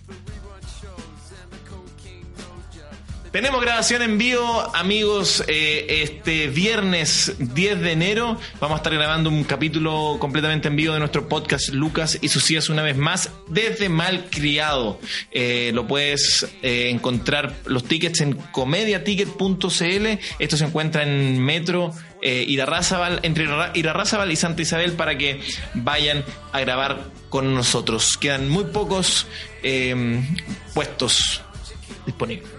Tenemos grabación en vivo, amigos, eh, este viernes diez de enero vamos a estar grabando un capítulo completamente en vivo de nuestro podcast Lucas y sus hijas una vez más desde Malcriado. Eh, lo puedes eh, encontrar los tickets en comediaticket punto c l. Esto se encuentra en Metro eh, Irarrázaval, entre Irarra- Irarrázaval y Santa Isabel, para que vayan a grabar con nosotros. Quedan muy pocos eh, puestos disponibles.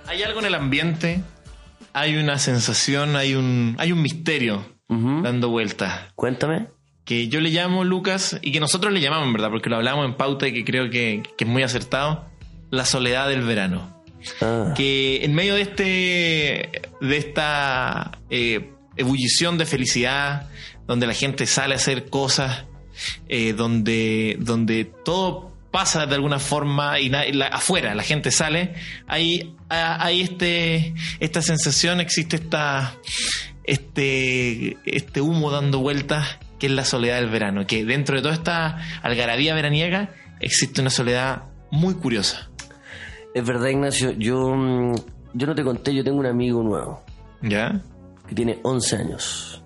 Hay algo en el ambiente, hay una sensación, hay un, hay un misterio Ujú. dando vueltas. Cuéntame. Que yo le llamo, Lucas, y que nosotros le llamamos, en verdad, porque lo hablamos en pauta y que creo que, que es muy acertado, la soledad del verano. Ah. Que en medio de este de esta eh, ebullición de felicidad, donde la gente sale a hacer cosas, eh, donde, donde todo pasa de alguna forma y, na- y la- afuera la gente sale, hay, a- hay este esta sensación, existe esta este este humo dando vueltas, que es la soledad del verano, que dentro de toda esta algarabía veraniega existe una soledad muy curiosa. Es verdad, Ignacio, yo, mm, yo no te conté, yo tengo un amigo nuevo ¿Ya? que tiene once años.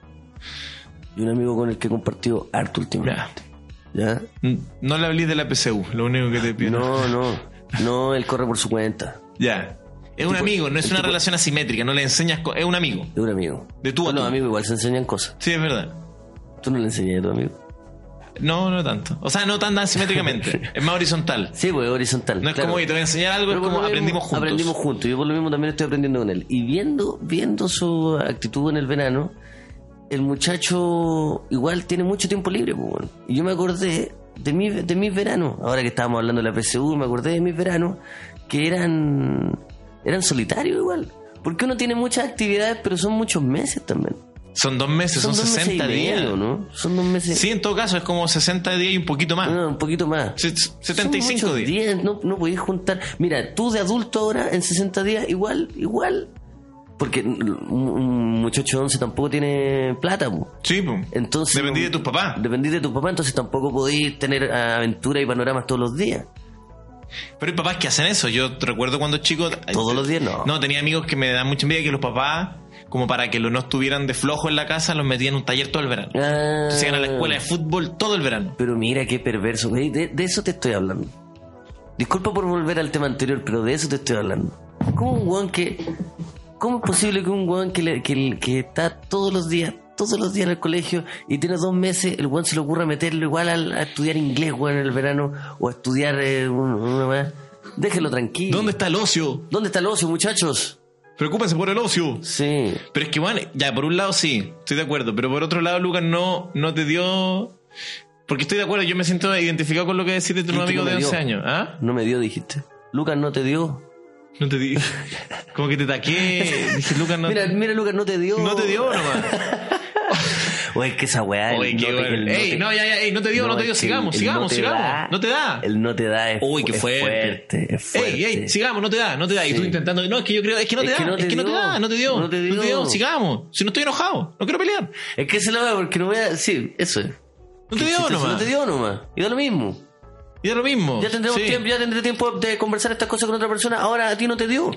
Y un amigo con el que he compartido harto últimamente. ¿Ya? No le hablé de la P C U, lo único que te pido. No, no, no, él corre por su cuenta. Ya. Es un tipo- amigo, no es el una tipo- relación asimétrica, no le enseñas... co- Es un amigo. Es un amigo. De tú a Los tú. amigos igual se enseñan cosas. Sí, es verdad. ¿Tú no le enseñas a tu amigo? No, no tanto. O sea, no tan asimétricamente. Es más horizontal. Sí, pues horizontal. No es claro. como que te voy a enseñar algo, Pero es por como lo mismo, aprendimos juntos. Aprendimos juntos. Yo por lo mismo también estoy aprendiendo con él. Y viendo, viendo su actitud en el verano, el muchacho igual tiene mucho tiempo libre, pues, bueno. Y yo me acordé de mi, de mis veranos, ahora que estábamos hablando de la P C U, me acordé de mis veranos que eran, eran solitarios igual. Porque uno tiene muchas actividades, pero son muchos meses también. Son dos meses, son, dos meses sesenta y días. medio, ¿no? Son dos meses. Sí, en todo caso, es como sesenta días y un poquito más. No, un poquito más. Se- setenta y Son cinco muchos días. No, no podéis juntar. Mira, tú de adulto ahora en sesenta días, igual, igual. Porque un, un muchacho de once tampoco tiene plata, po. Sí, pues. Entonces. Dependí de tus papás. Dependí de tus papás, entonces tampoco podéis tener aventuras y panoramas todos los días. Pero hay papás que hacen eso. Yo te recuerdo cuando chico... ¿Todos los días? No. No, tenía amigos que me dan mucha envidia que los papás, como para que los no estuvieran de flojo en la casa, los metían en un taller todo el verano. Ah, Entonces iban a la escuela de fútbol todo el verano. Pero mira qué perverso. güey. De, de eso te estoy hablando. Disculpa por volver al tema anterior, pero de eso te estoy hablando. ¿Cómo un weón que... ¿Cómo es posible que un weón que, le- que, que está todos los días, todos los días en el colegio y tiene dos meses, el weón se le ocurra meterlo igual al- a, estudiar inglés, weón, en el verano, o a estudiar eh, un- una más? Déjelo tranquilo. ¿Dónde está el ocio? ¿Dónde está el ocio, muchachos? Preocúpense por el ocio. Sí. Pero es que, bueno, ya, por un lado sí, estoy de acuerdo. Pero por otro lado, Lucas, no, no te dio... Porque estoy de acuerdo, yo me siento identificado con lo que decís de tu ¿Y que amigo no me de dio? once años. ¿Ah? No me dio, dijiste. Lucas, no te dio. No te di. Como que te taqué. Dije, Lucas, no, Mira, mira, Lucas, no te dio. no te dio nomás. Oye, es que esa weá. el Oye, qué no te- bueno. el Ey, te- no, ya, ya, ey, no te dio, no te dio, es que sigamos, el sigamos, no te sigamos. da- No te da. El no te da es, Uy, qué es fuerte. fuerte. Es fuerte. Ey, ey, sigamos, no te da, no te da. Y Sí. tú intentando, no, es que yo creo, es que no te Es da, que no es te que no te dio. da, no te dio. No te dio. sigamos. Si no estoy enojado, no quiero pelear. Es que se lo va porque no voy a. Sí, eso es. No te Que dio si te- nomás. No te dio nomás. Y da lo mismo. Y da lo mismo. Ya tendremos Sí. tiempo, ya tendré tiempo de conversar estas cosas con otra persona. Ahora a ti no te dio.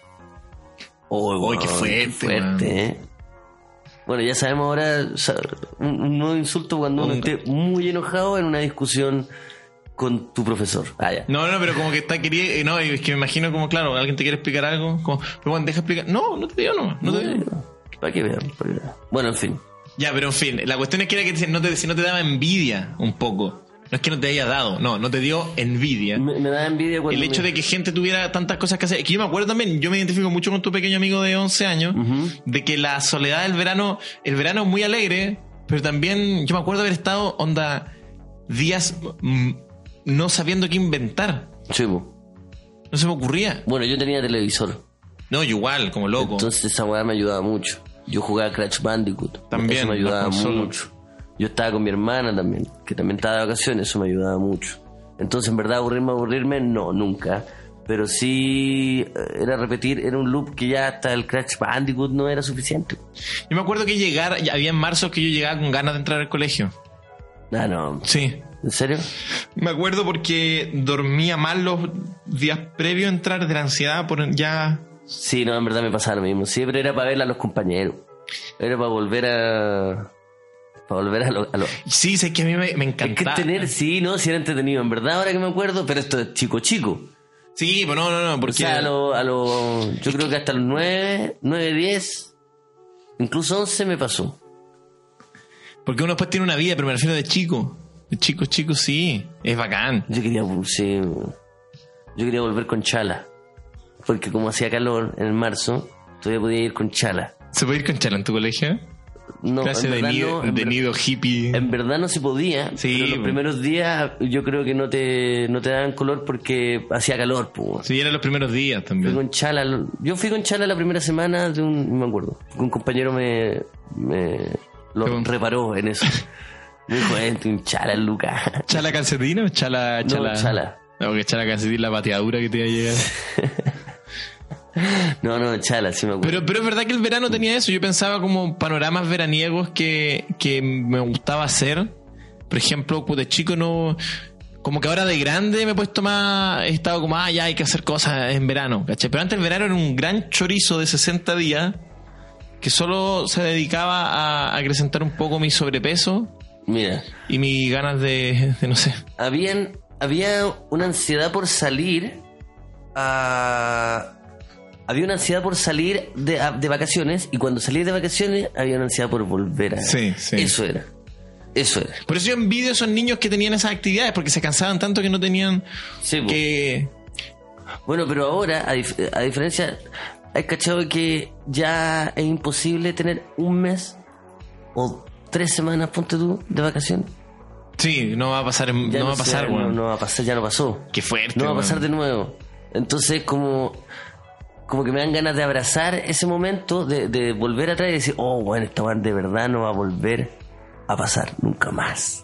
Oh, Uy, qué fuerte, fuerte, man. ¿eh? Bueno, ya sabemos ahora sa- un, un nuevo insulto cuando uno Un- esté muy enojado en una discusión con tu profesor. Ah, ya. No, no, pero como que está queriendo. No, es que me imagino como, claro, alguien te quiere explicar algo. Como, pero bueno, deja explicar. No, no te dio nomás. No te dio. Para que vean, para que vean. Bueno, en fin. Ya, pero en fin, la cuestión es que era que no te, si no te daba envidia un poco. No es que no te haya dado, no, no te dio envidia. Me, me da envidia cuando. El hecho me- de que gente tuviera tantas cosas que hacer. Es que yo me acuerdo también, yo me identifico mucho con tu pequeño amigo de once años, Ujú. de que la soledad del verano, el verano es muy alegre, pero también yo me acuerdo haber estado, onda, días mm, no sabiendo qué inventar. Sí, po. No se me ocurría. Bueno, yo tenía televisor. No, yo igual, como loco. Entonces esa weá me ayudaba mucho. Yo jugaba Crash Bandicoot. También, Eso me ayudaba las consolas. mucho. Yo estaba con mi hermana también, que también estaba de vacaciones, eso me ayudaba mucho. Entonces, en verdad, aburrirme, aburrirme, no, nunca. Pero sí, eh, era repetir, era un loop que ya hasta el Crash Bandicoot no era suficiente. Yo me acuerdo que llegar, ya había en marzo que yo llegaba con ganas de entrar al colegio. Ah, no. Sí. ¿En serio? Me acuerdo porque dormía mal los días previos a entrar de la ansiedad por ya... Sí, no, en verdad me pasaba lo mismo. Siempre era para ver a los compañeros. Era para volver a... Para volver a lo... A lo... Sí, sé que a mí me, me Es que encantaba. tener, sí, no, si era entretenido. En verdad, ahora que me acuerdo, pero esto es chico, chico. Sí, pues no, no, no, O porque... sea, a lo, a lo, yo creo que hasta los nueve, nueve, diez, incluso once me pasó. Porque uno después tiene una vida, pero me refiero de chico. De chico, chico, sí. Es bacán. Yo quería, sí, yo quería volver con Chala. porque como hacía calor en marzo, todavía podía ir con chala. ¿Se puede ir con chala en tu colegio? No, Clase en de verdad nido, no, en de ver- nido hippie. En verdad no se podía, Sí, pero los po. primeros días yo creo que no te, no te daban color porque hacía calor, pues. Sí, eran los primeros días Fui también. con chala, yo fui con chala la primera semana de un, no me acuerdo, un compañero me, me lo Fue un- reparó en eso. Me dijo, eh, un chala, Lucas. ¿Chala calcetín o chala, No, chala? chala. No, porque chala calcetín la pateadura que te iba a llegar. No, no, chala, sí me acuerdo. Pero, pero es verdad que el verano tenía eso. Yo pensaba como panoramas veraniegos que, que me gustaba hacer. Por ejemplo, pues de chico no... Como que ahora de grande me he puesto más... He estado como, ah, ya hay que hacer cosas en verano, ¿cachai? Pero antes el verano era un gran chorizo de sesenta días que solo se dedicaba a acrecentar un poco mi sobrepeso Mira, y mis ganas de, de no sé. habían, había una ansiedad por salir a... Había una ansiedad por salir de, a- de vacaciones y cuando salí de vacaciones había una ansiedad por volver a... Sí, sí. Eso era. Eso era. Por eso yo envidio a esos niños que tenían esas actividades, porque se cansaban tanto que no tenían Sí, po. que... Bueno, pero ahora, a, dif- a diferencia, hay cachado que ya es imposible tener un mes o tres semanas, ponte tú, de vacaciones. Sí, no va a pasar, Ya no va a se- pasar, no, weón. no va a pasar, ya no pasó. Qué fuerte, No va a weón. pasar de nuevo. Entonces, como, como que me dan ganas de abrazar ese momento, de, de volver atrás y decir, oh, bueno, esta weá de verdad no va a volver a pasar nunca más.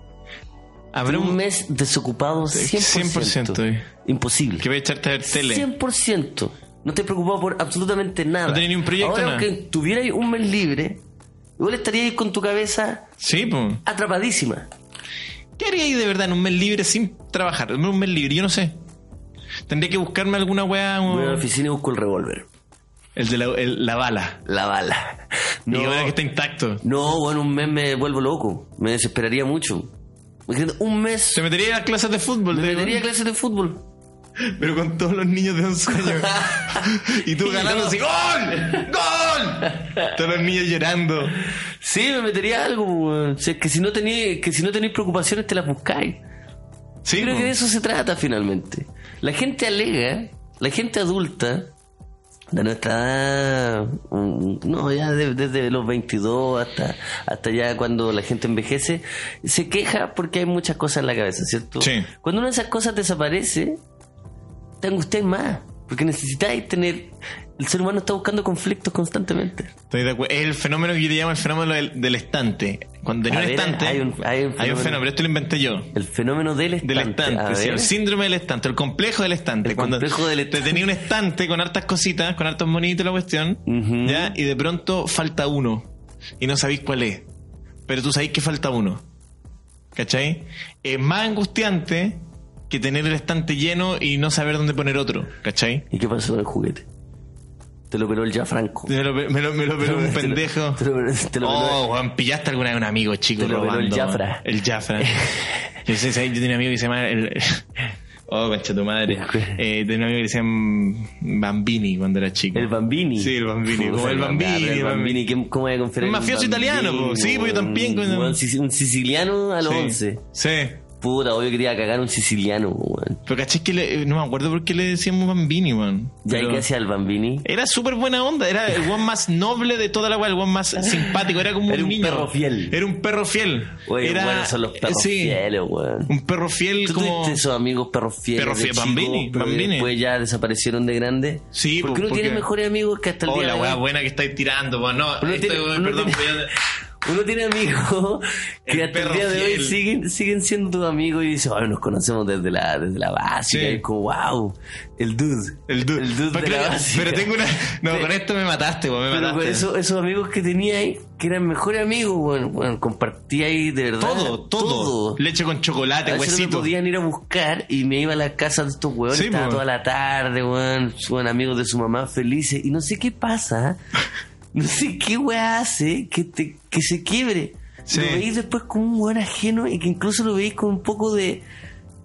Habrá un un mes desocupado cien por ciento. cien por ciento, eh. Imposible. Que voy a echarte a ver tele. cien por ciento. No te preocupado por absolutamente nada. No tenés ni un proyecto, Ahora, nada. aunque tuvierais un mes libre, igual estaríais con tu cabeza Sí, pues. atrapadísima. ¿Qué haría ahí de verdad en un mes libre sin trabajar? En un mes libre, yo no sé. Tendría que buscarme alguna weá. o- Voy a la oficina y busco el revólver. El de la, el- la bala. La bala. No. Y No, ahora que está intacto. no, bueno, un mes me vuelvo loco. Me desesperaría mucho. Imagínate, un mes Se metería a clases de fútbol. me de- metería a clases de fútbol. Pero con todos los niños de once años. Y tú Y ganando no. así, ¡gol! ¡Gol! Todos los niños llorando. Sí, me metería a algo, weón. Si es que si no tenéis, que si no tenéis preocupaciones te las buscáis. Sí, Creo po. que de eso se trata finalmente. La gente alega, la gente adulta, de nuestra edad, mm, no, ya de- desde los veintidós hasta, hasta ya cuando la gente envejece, se queja porque hay muchas cosas en la cabeza, ¿cierto? Sí. Cuando una de esas cosas desaparece, te angustiáis más, porque necesitáis tener... El ser humano está buscando conflictos constantemente. Estoy de acuerdo. Es el fenómeno que yo le llamo el fenómeno del, del estante. Cuando tenía A un ver, estante. hay un- hay un fenómeno. fenómeno, esto lo inventé yo. El fenómeno del estante. Del estante, A sí, ver. el síndrome del estante, el complejo del estante. El Cuando complejo del te estante. tenía un estante con hartas cositas, con hartos monitos la cuestión, Ujú. ¿ya? Y de pronto falta uno. Y no sabéis cuál es. Pero tú sabéis que falta uno. ¿Cachai? Es más angustiante que tener el estante lleno y no saber dónde poner otro. ¿Cachai? ¿Y qué pasó con el juguete? Te lo peló el ya Franco. Me lo, me lo, me lo peló un Te lo- pendejo. Te lo, te lo peló- Oh, Juan, ¿pillaste alguna vez un amigo chico Te lo peló robando? el Jafra. El Jafra. Yo sé, ¿sabes? Yo tenía un amigo que se llama... El... Oh, concha tu madre. Eh, tenía un amigo que se llama Bambini cuando era chico. El Bambini. Sí, el Bambini. Como el Bambini. El Bambini. ¿qué- ¿Cómo voy a confiar Un en mafioso Bambini, italiano, po. Sí, pues yo también, Un, con- un sic- un siciliano a los Sí. once. Sí. Puta, obvio quería cagar un siciliano, weón. Pero caché que le- no me acuerdo por qué le decíamos Bambini, man. ¿Ya Pero qué hacía el Bambini? era súper buena onda. Era el one más noble de toda la weá, el one más simpático. Era como Era un un niño. perro fiel. Era un perro fiel. Oye, era, buenos son los perros sí, fieles, weón. un perro fiel ¿Tú como... tuviste esos amigos perros fieles? Perro de fiel, chicos, Bambini, pero que Bambini. después ya desaparecieron de grande? Sí, porque po, uno tiene porque- mejores amigos que hasta el Oh, día la de weá hoy. buena que estáis tirando, pues no. Uno esto- tiene- uno perdón, tiene- pero yo- Uno tiene amigos que El hasta el perro día de hoy fiel. siguen, siguen siendo tus amigos y dicen, ay, nos conocemos desde la, desde la básica. Sí. Y es como, wow, el dude. El dude. El dude Pero de la claro, básica. pero tengo una. No, Sí. con esto me mataste, pues, me Pero mataste. por eso, esos amigos que tenía ahí, que eran mejores amigos, bueno, bueno compartía ahí de verdad. Todo, todo, Leche con A chocolate, veces no me huesito. podían ir a buscar y me iba a la casa de estos huevones, Sí, estaba po. toda la tarde, weón, son amigos de su mamá felices. Y no sé qué pasa, no sé qué weá hace que, te, que se quiebre. Sí. Lo veis después como un weón ajeno y que incluso lo veis con un poco de...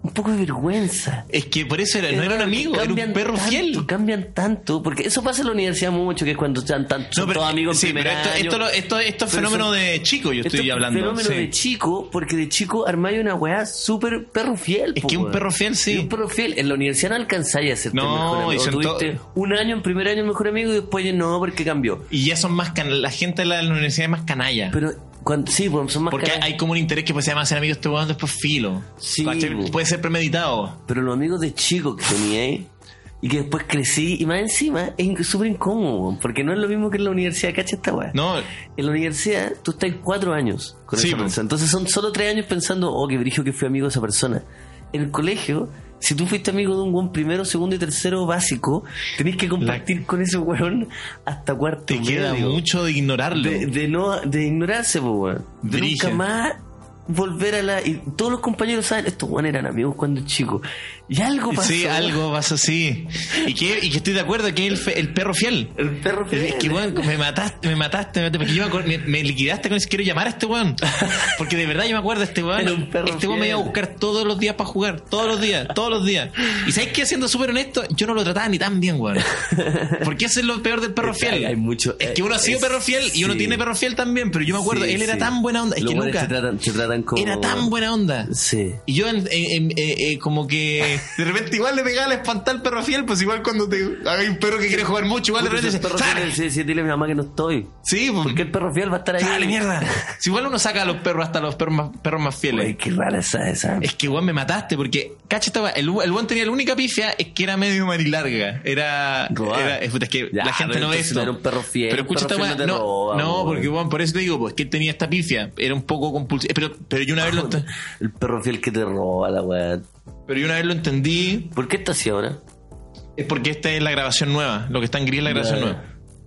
un poco de vergüenza. Es que por eso era, no era un amigo, era un Cambian perro tanto, fiel. Cambian tanto, porque eso pasa en la universidad mucho, que es cuando están tanto, son No, pero, todos amigos en sí, primer pero esto, año. esto, lo- esto, esto es Pero fenómeno son- de chico, yo Esto estoy es hablando. fenómeno sí. de chico, porque de chico armáis una weá súper perro fiel. Es po, que un weón. perro fiel, sí. Y un perro fiel. En la universidad no alcanzáis a ser No, mejor amigo. y O son tuviste to- un año en primer año el mejor amigo y después ya no, porque cambió. Y ya son más can... la gente de la, de la universidad es más canalla. Pero cuando, sí, pues son más Porque caras. hay como un interés que pues se llama ser amigo de este weón después filo. Sí, ¿Cachai? bo. Puede ser premeditado. Pero los amigos de chico que tenía ahí y que después crecí, y más encima es inc- súper incómodo, weón, porque no es lo mismo que en la universidad, ¿cacha esta weá? No, En la universidad tú estás cuatro años con Sí, esa po. persona. Entonces son solo tres años pensando, oh, qué brillo que fui amigo de esa persona. En el colegio, si tú fuiste amigo de un weón primero, segundo y tercero básico, tenés que compartir con ese weón hasta cuarto te queda medio. mucho de ignorarlo. de, de no de ignorarse, pues, weón. De Brilla. nunca más volver a la... Y todos los compañeros saben, estos weones eran amigos cuando chicos. Y algo pasó. Sí, algo pasó así. Y que, y que estoy de acuerdo que es el, fe- el perro fiel. El perro fiel. Es que, weón, me mataste, me mataste, me mataste, porque yo me, acuer- me, me liquidaste con eso. Quiero llamar a este weón. Porque de verdad yo me acuerdo de este weón. Era un perro Este weón me iba a fiel. buscar todos los días para jugar. Todos los días, todos los días. Y ¿sabes qué? Siendo súper honesto, yo no lo trataba ni tan bien, weón. Porque eso es lo peor del perro fiel. Hay- hay mucho- Es que uno ha sido es- perro fiel y uno sí. tiene perro fiel también. Pero yo me acuerdo, Sí, él era sí. tan buena onda. Es Los que weones nunca. te tratan, te tratan como... Era tan buena onda. Sí. Y yo, en- en- en- eh, eh, como que de repente igual le pegaba la espantar al perro fiel, pues igual cuando te hay un perro que quiere jugar mucho, igual de Puta, si repente el perro dice, fiel, ¡sale! sí, sí, dile a mi mamá que no estoy. Sí, pues. Porque el perro fiel va a estar ahí. ¡Dale, mierda! Si igual uno saca a los perros hasta los perros más, perros más fieles. Ay, qué rara esa esa. Es que igual me mataste, porque, cacha, estaba, el, el buen tenía la única pifia, es que era medio marilarga. Era. Robar. era es, es que Ya, la gente pero no ve entonces esto. no era un perro fiel, Pero un escucha perro esta fiel weá. no te No, roba, no, weón. porque, bueno, por eso te digo, pues que él tenía esta pifia. Era un poco compulsivo. Pero, pero yo una vez lo ent- El perro fiel que te roba la weá. Pero yo una vez lo entendí. ¿Por qué está así ahora? Es porque esta es la grabación nueva. Lo que está en gris es la grabación Ya. nueva.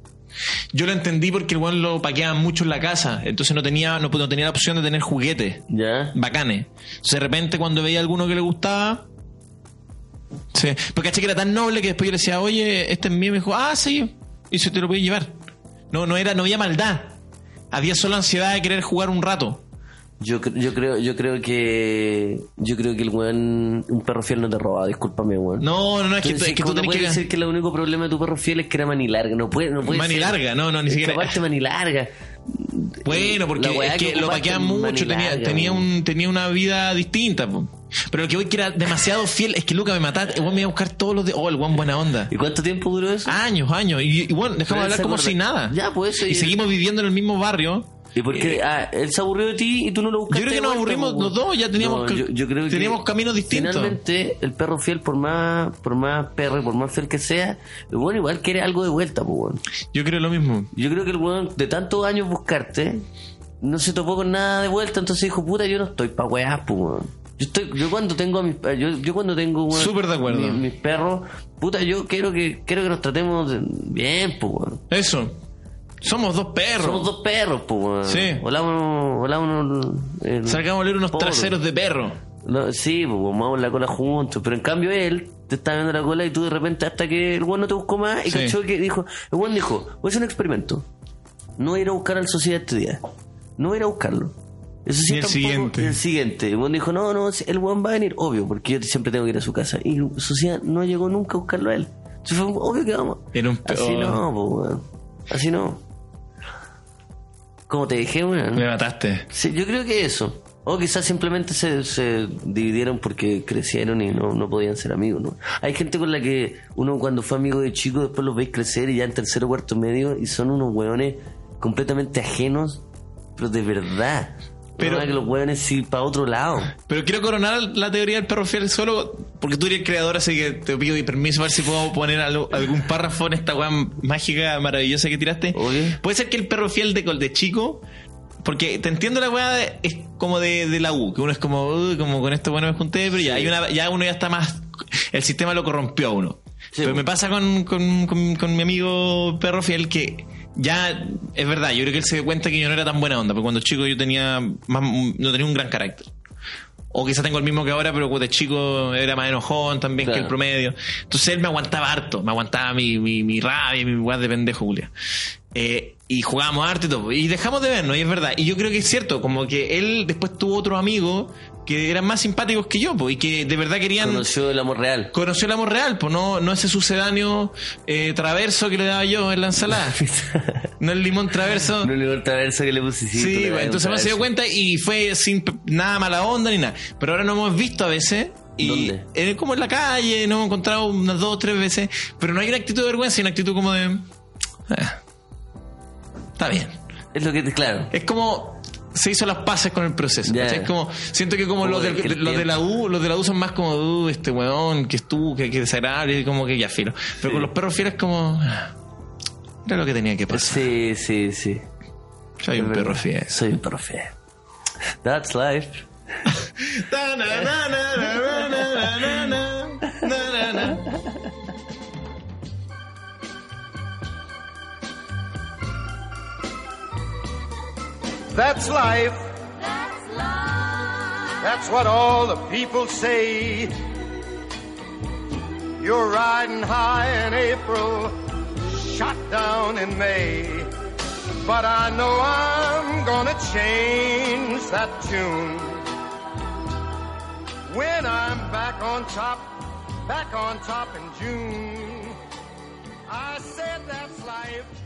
Yo lo entendí porque el weón lo paqueaban mucho en la casa. Entonces no tenía, no, no tenía la opción de tener juguetes ¿Ya? bacanes. Entonces de repente cuando veía alguno que le gustaba. Sí. Porque caché que era tan noble que después yo le decía, oye, este es mío. Y me dijo, ah, sí. Y se te lo puede llevar. No, no era, no había maldad. Había solo ansiedad de querer jugar un rato. Yo, cre- yo creo yo creo que yo creo que el weón, un perro fiel no te roba, discúlpame, weón. No, no, no, es que, Entonces, es que tú ¿cómo no tenés puedes que. decir que el único problema de tu perro fiel es que era manilarga? No puede, no puede Mani ser. larga, no, no, ni Es que siquiera. aparte manilarga. Bueno, porque La weá es que que lo ocupaste paqueaban en mucho, tenía, Manilarga, tenía, weón. un, tenía una vida distinta. Po. Pero lo que voy que era demasiado fiel es que Luca me mataste. El weón me iba a buscar todos los días. Oh, el weón buena onda. ¿Y cuánto tiempo duró eso? Años, años. Y, y bueno, dejamos Pero de él hablar se como acuerda- si nada. Ya, pues eso. Y seguimos viviendo en el mismo barrio. ¿Y por qué? Ah, él se aburrió de ti y tú no lo buscaste. Yo creo que de nos vuelta, aburrimos pues, los dos, ya teníamos ca- yo, yo creo que teníamos caminos distintos. Finalmente, el perro fiel, por más por más perro y por más fiel que sea, el weón igual quiere algo de vuelta, pues, weón. Yo creo lo mismo. Yo creo que el weón, de tantos años buscarte, no se topó con nada de vuelta, entonces dijo, puta, yo no estoy pa' weá, pues, weón. Yo estoy, yo cuando tengo a mis, yo, yo cuando tengo, weón, Súper de acuerdo. mi- mis perros, puta, yo quiero que, quiero que nos tratemos de- bien, pues, weón. Eso. Somos dos perros. Somos dos perros, pues, weón. Sí. Holámonos, holámonos, eh, Sacamos a oler unos Poro. traseros de perro. No, sí, pues vamos la cola juntos. Pero en cambio él te está viendo la cola y tú de repente hasta que el weón no te buscó más y Sí. cachó que dijo, el weón dijo, voy a hacer un experimento. No voy a ir a buscar al sociedad este día. No voy a ir a buscarlo. Eso sí Y el tampoco- siguiente. y el siguiente. El weón dijo, no, no, el weón va a venir, obvio, porque yo siempre tengo que ir a su casa. Y la sociedad no llegó nunca a buscarlo a él. Entonces fue obvio que vamos. Era un Así peor. no, pues weón. Así no. Como te dije, weón. Me mataste. Sí, yo creo que eso. O quizás simplemente se, se dividieron porque crecieron y no, no podían ser amigos, ¿no? Hay gente con la que uno cuando fue amigo de chico después los veis crecer y ya en tercero o cuarto medio y son unos hueones completamente ajenos, pero de verdad. Pero- Pero que los hueones sí para otro lado. Pero quiero coronar la teoría del perro fiel solo porque tú eres el creador, así que te pido permiso a ver si puedo poner algo- algún párrafo en esta weá mágica, maravillosa que tiraste. Obvio. Puede ser que el perro fiel de, de chico, porque te entiendo la weá, de- es como de, de la U, que uno es como, "Uy, como con esto bueno me junté", pero ya, hay una, ya uno ya está más, el sistema lo corrompió a uno. Sí, pero po. me pasa con, con, con, con mi amigo perro fiel que ya es verdad, yo creo que él se dio cuenta que yo no era tan buena onda, porque cuando chico yo tenía más, no tenía un gran carácter. O quizá tengo el mismo que ahora, pero de chico era más enojón también Claro. que el promedio. Entonces él me aguantaba harto, me aguantaba mi, mi, mi rabia y mi weá de pendejo, Julia. Eh, y jugábamos arte y todo. Y dejamos de vernos, y es verdad. Y yo creo que es cierto, como que él después tuvo otros amigos que eran más simpáticos que yo, pues, y que de verdad querían... Conoció el amor real. Conoció el amor real, pues no, no ese sucedáneo eh, traverso que le daba yo en la ensalada. No el limón traverso. No el limón traverso que le puse. Sí, sí, pues, entonces me se dio cuenta y fue sin nada mala onda ni nada. Pero ahora nos hemos visto a veces. Y ¿dónde? Eh, como en la calle, nos hemos encontrado unas dos o tres veces. Pero no hay una actitud de vergüenza, hay una actitud como de... Eh, está bien. Es lo que te, claro. Es como... Se hizo las paces con el proceso. Yeah. Es como, siento que como, Como los, de de, que el los de tiempo. la U, los de la U son más como, uh, este weón, que estuvo, que, que desagradable, y como que ya filo. Pero Sí. con los perros fieles como, ah, era lo que tenía que pasar. Sí, sí, sí. Soy un Es perro verdad. fiel. Soy un perro fiel. That's life. Na, na, na, na, na, na, na, na, na, na, na. That's life. That's what all the people say. You're riding high in April, shot down in May. But I know I'm gonna change that tune. When I'm back on top, back on top in June. I said that's life.